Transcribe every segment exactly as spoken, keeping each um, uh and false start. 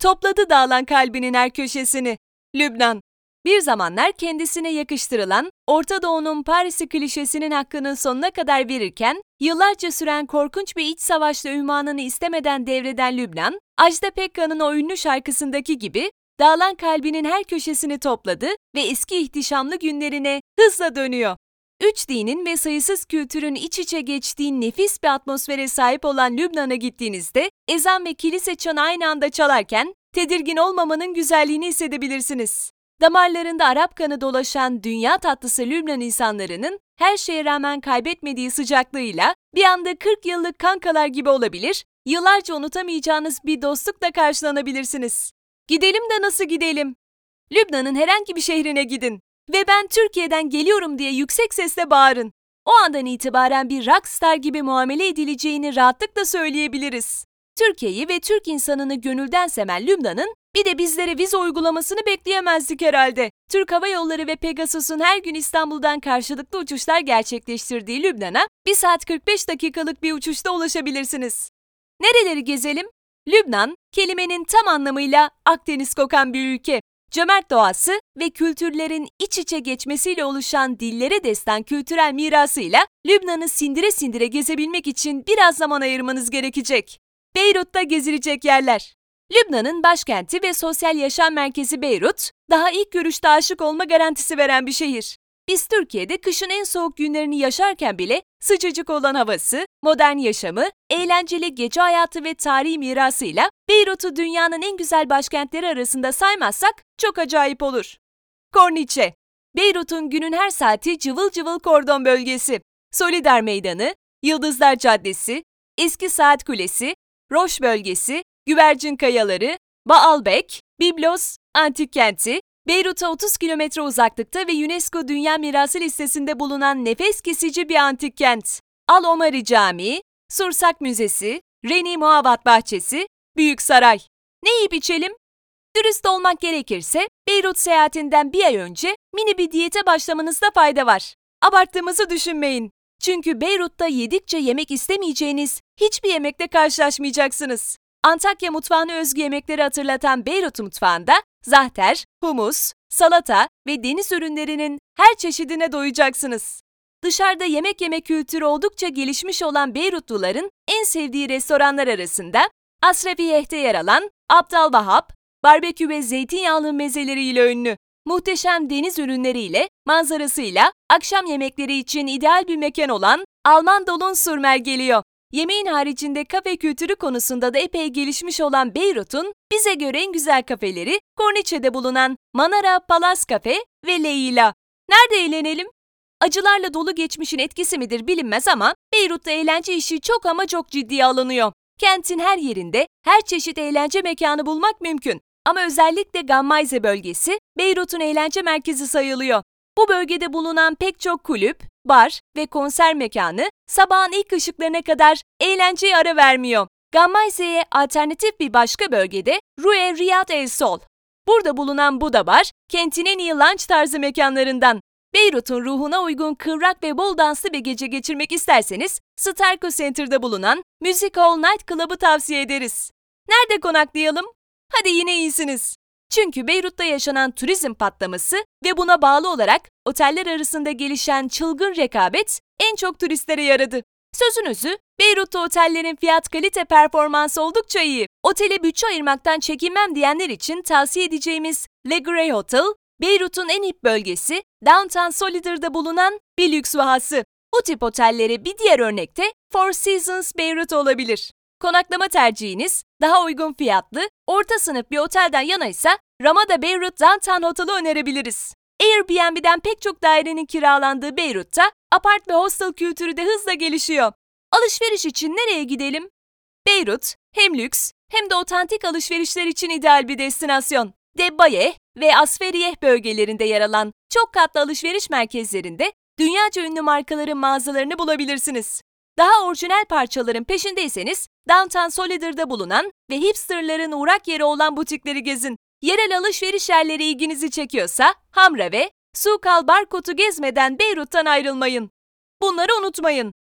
topladı dağılan kalbinin her köşesini. Lübnan. Bir zamanlar kendisine yakıştırılan Orta Doğu'nun Paris'i klişesinin hakkının sonuna kadar verirken, yıllarca süren korkunç bir iç savaşla ünvanını istemeden devreden Lübnan, Ajda Pekkan'ın o ünlü şarkısındaki gibi dağılan kalbinin her köşesini topladı ve eski ihtişamlı günlerine hızla dönüyor. Üç dinin ve sayısız kültürün iç içe geçtiği nefis bir atmosfere sahip olan Lübnan'a gittiğinizde ezan ve kilise çanı aynı anda çalarken tedirgin olmamanın güzelliğini hissedebilirsiniz. Damarlarında Arap kanı dolaşan dünya tatlısı Lübnan insanlarının her şeye rağmen kaybetmediği sıcaklığıyla bir anda kırk yıllık kankalar gibi olabilir, yıllarca unutamayacağınız bir dostlukla karşılanabilirsiniz. Gidelim de nasıl gidelim? Lübnan'ın herhangi bir şehrine gidin ve ben Türkiye'den geliyorum diye yüksek sesle bağırın. O andan itibaren bir rockstar gibi muamele edileceğini rahatlıkla söyleyebiliriz. Türkiye'yi ve Türk insanını gönülden seven Lübnan'ın bir de bizlere vize uygulamasını bekleyemezdik herhalde. Türk Hava Yolları ve Pegasus'un her gün İstanbul'dan karşılıklı uçuşlar gerçekleştirdiği Lübnan'a bir saat kırk beş dakikalık bir uçuşta ulaşabilirsiniz. Nereleri gezelim? Lübnan, kelimenin tam anlamıyla Akdeniz kokan bir ülke. Cömert doğası ve kültürlerin iç içe geçmesiyle oluşan dillere destan kültürel mirasıyla Lübnan'ı sindire sindire gezebilmek için biraz zaman ayırmanız gerekecek. Beyrut'ta gezilecek yerler. Lübnan'ın başkenti ve sosyal yaşam merkezi Beyrut, daha ilk görüşte aşık olma garantisi veren bir şehir. Biz Türkiye'de kışın en soğuk günlerini yaşarken bile sıcacık olan havası, modern yaşamı, eğlenceli gece hayatı ve tarihi mirasıyla Beyrut'u dünyanın en güzel başkentleri arasında saymazsak çok acayip olur. Korniçe. Beyrut'un günün her saati cıvıl cıvıl kordon bölgesi. Solidar Meydanı, Yıldızlar Caddesi, Eski Saat Kulesi, Roş bölgesi, Güvercin Kayaları, Baalbek, Biblos, Antik Kenti, Beyrut'a otuz kilometre uzaklıkta ve UNESCO Dünya Mirası listesinde bulunan nefes kesici bir antik kent. Al Omari Camii, Sursak Müzesi, Reni Muavat Bahçesi, Büyük Saray. Ne yiyip içelim? Dürüst olmak gerekirse Beyrut seyahatinden bir ay önce mini bir diyete başlamanızda fayda var. Abarttığımızı düşünmeyin. Çünkü Beyrut'ta yedikçe yemek istemeyeceğiniz hiçbir yemekle karşılaşmayacaksınız. Antakya mutfağına özgü yemekleri hatırlatan Beyrut mutfağında zahter, humus, salata ve deniz ürünlerinin her çeşidine doyacaksınız. Dışarıda yemek yeme kültürü oldukça gelişmiş olan Beyrutluların en sevdiği restoranlar arasında Asrafiyeh'te yer alan Abdal Vahap, barbekü ve zeytinyağlı mezeleriyle ünlü, muhteşem deniz ürünleriyle, manzarasıyla akşam yemekleri için ideal bir mekan olan Alman Dolun Surmer geliyor. Yemeğin haricinde kafe kültürü konusunda da epey gelişmiş olan Beyrut'un bize göre en güzel kafeleri Korniçe'de bulunan Manara, Palace Cafe ve Leila. Nerede eğlenelim? Acılarla dolu geçmişin etkisi midir bilinmez ama Beyrut'ta eğlence işi çok ama çok ciddiye alınıyor. Kentin her yerinde her çeşit eğlence mekanı bulmak mümkün. Ama özellikle Gammayze bölgesi Beyrut'un eğlence merkezi sayılıyor. Bu bölgede bulunan pek çok kulüp, bar ve konser mekanı sabahın ilk ışıklarına kadar eğlenceye ara vermiyor. Gammayze'ye alternatif bir başka bölgede Rue Riyad El Sol. Burada bulunan Buda Bar, kentin en iyi lunch tarzı mekanlarından. Beyrut'un ruhuna uygun kıvrak ve bol danslı bir gece geçirmek isterseniz Starco Center'da bulunan Music Hall Night Club'ı tavsiye ederiz. Nerede konaklayalım? Hadi yine iyisiniz. Çünkü Beyrut'ta yaşanan turizm patlaması ve buna bağlı olarak oteller arasında gelişen çılgın rekabet en çok turistlere yaradı. Sözünüzü, Beyrut'ta otellerin fiyat kalite performansı oldukça iyi. Otele bütçe ayırmaktan çekinmem diyenler için tavsiye edeceğimiz Le Grey Hotel, Beyrut'un en hip bölgesi Downtown Solidar'da bulunan bir lüks vahası. Bu tip otellere bir diğer örnekte Four Seasons Beyrut olabilir. Konaklama tercihiniz daha uygun fiyatlı, orta sınıf bir otelden yanaysa Ramada Beyrut Downtown Hotel'ı önerebiliriz. Airbnb'den pek çok dairenin kiralandığı Beyrut'ta apart ve hostel kültürü de hızla gelişiyor. Alışveriş için nereye gidelim? Beyrut hem lüks hem de otantik alışverişler için ideal bir destinasyon. Debbayeh ve Asferiyeh bölgelerinde yer alan çok katlı alışveriş merkezlerinde dünyaca ünlü markaların mağazalarını bulabilirsiniz. Daha orijinal parçaların peşindeyseniz Downtown Solidar'da bulunan ve hipsterların uğrak yeri olan butikleri gezin. Yerel alışveriş yerleri ilginizi çekiyorsa Hamra ve Souk al Barkot'u gezmeden Beyrut'tan ayrılmayın. Bunları unutmayın.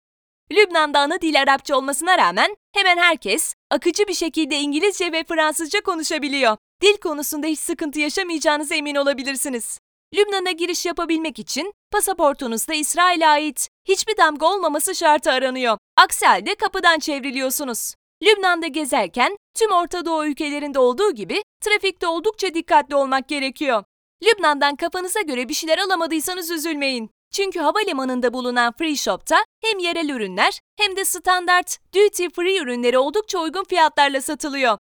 Lübnan'da ana dil Arapça olmasına rağmen hemen herkes akıcı bir şekilde İngilizce ve Fransızca konuşabiliyor. Dil konusunda hiç sıkıntı yaşamayacağınıza emin olabilirsiniz. Lübnan'a giriş yapabilmek için pasaportunuzda İsrail'e ait hiçbir damga olmaması şartı aranıyor. Aksi halde kapıdan çevriliyorsunuz. Lübnan'da gezerken tüm Orta Doğu ülkelerinde olduğu gibi trafikte oldukça dikkatli olmak gerekiyor. Lübnan'dan kafanıza göre bir şeyler alamadıysanız üzülmeyin. Çünkü havalimanında bulunan Free Shop'ta hem yerel ürünler hem de standart duty free ürünleri oldukça uygun fiyatlarla satılıyor.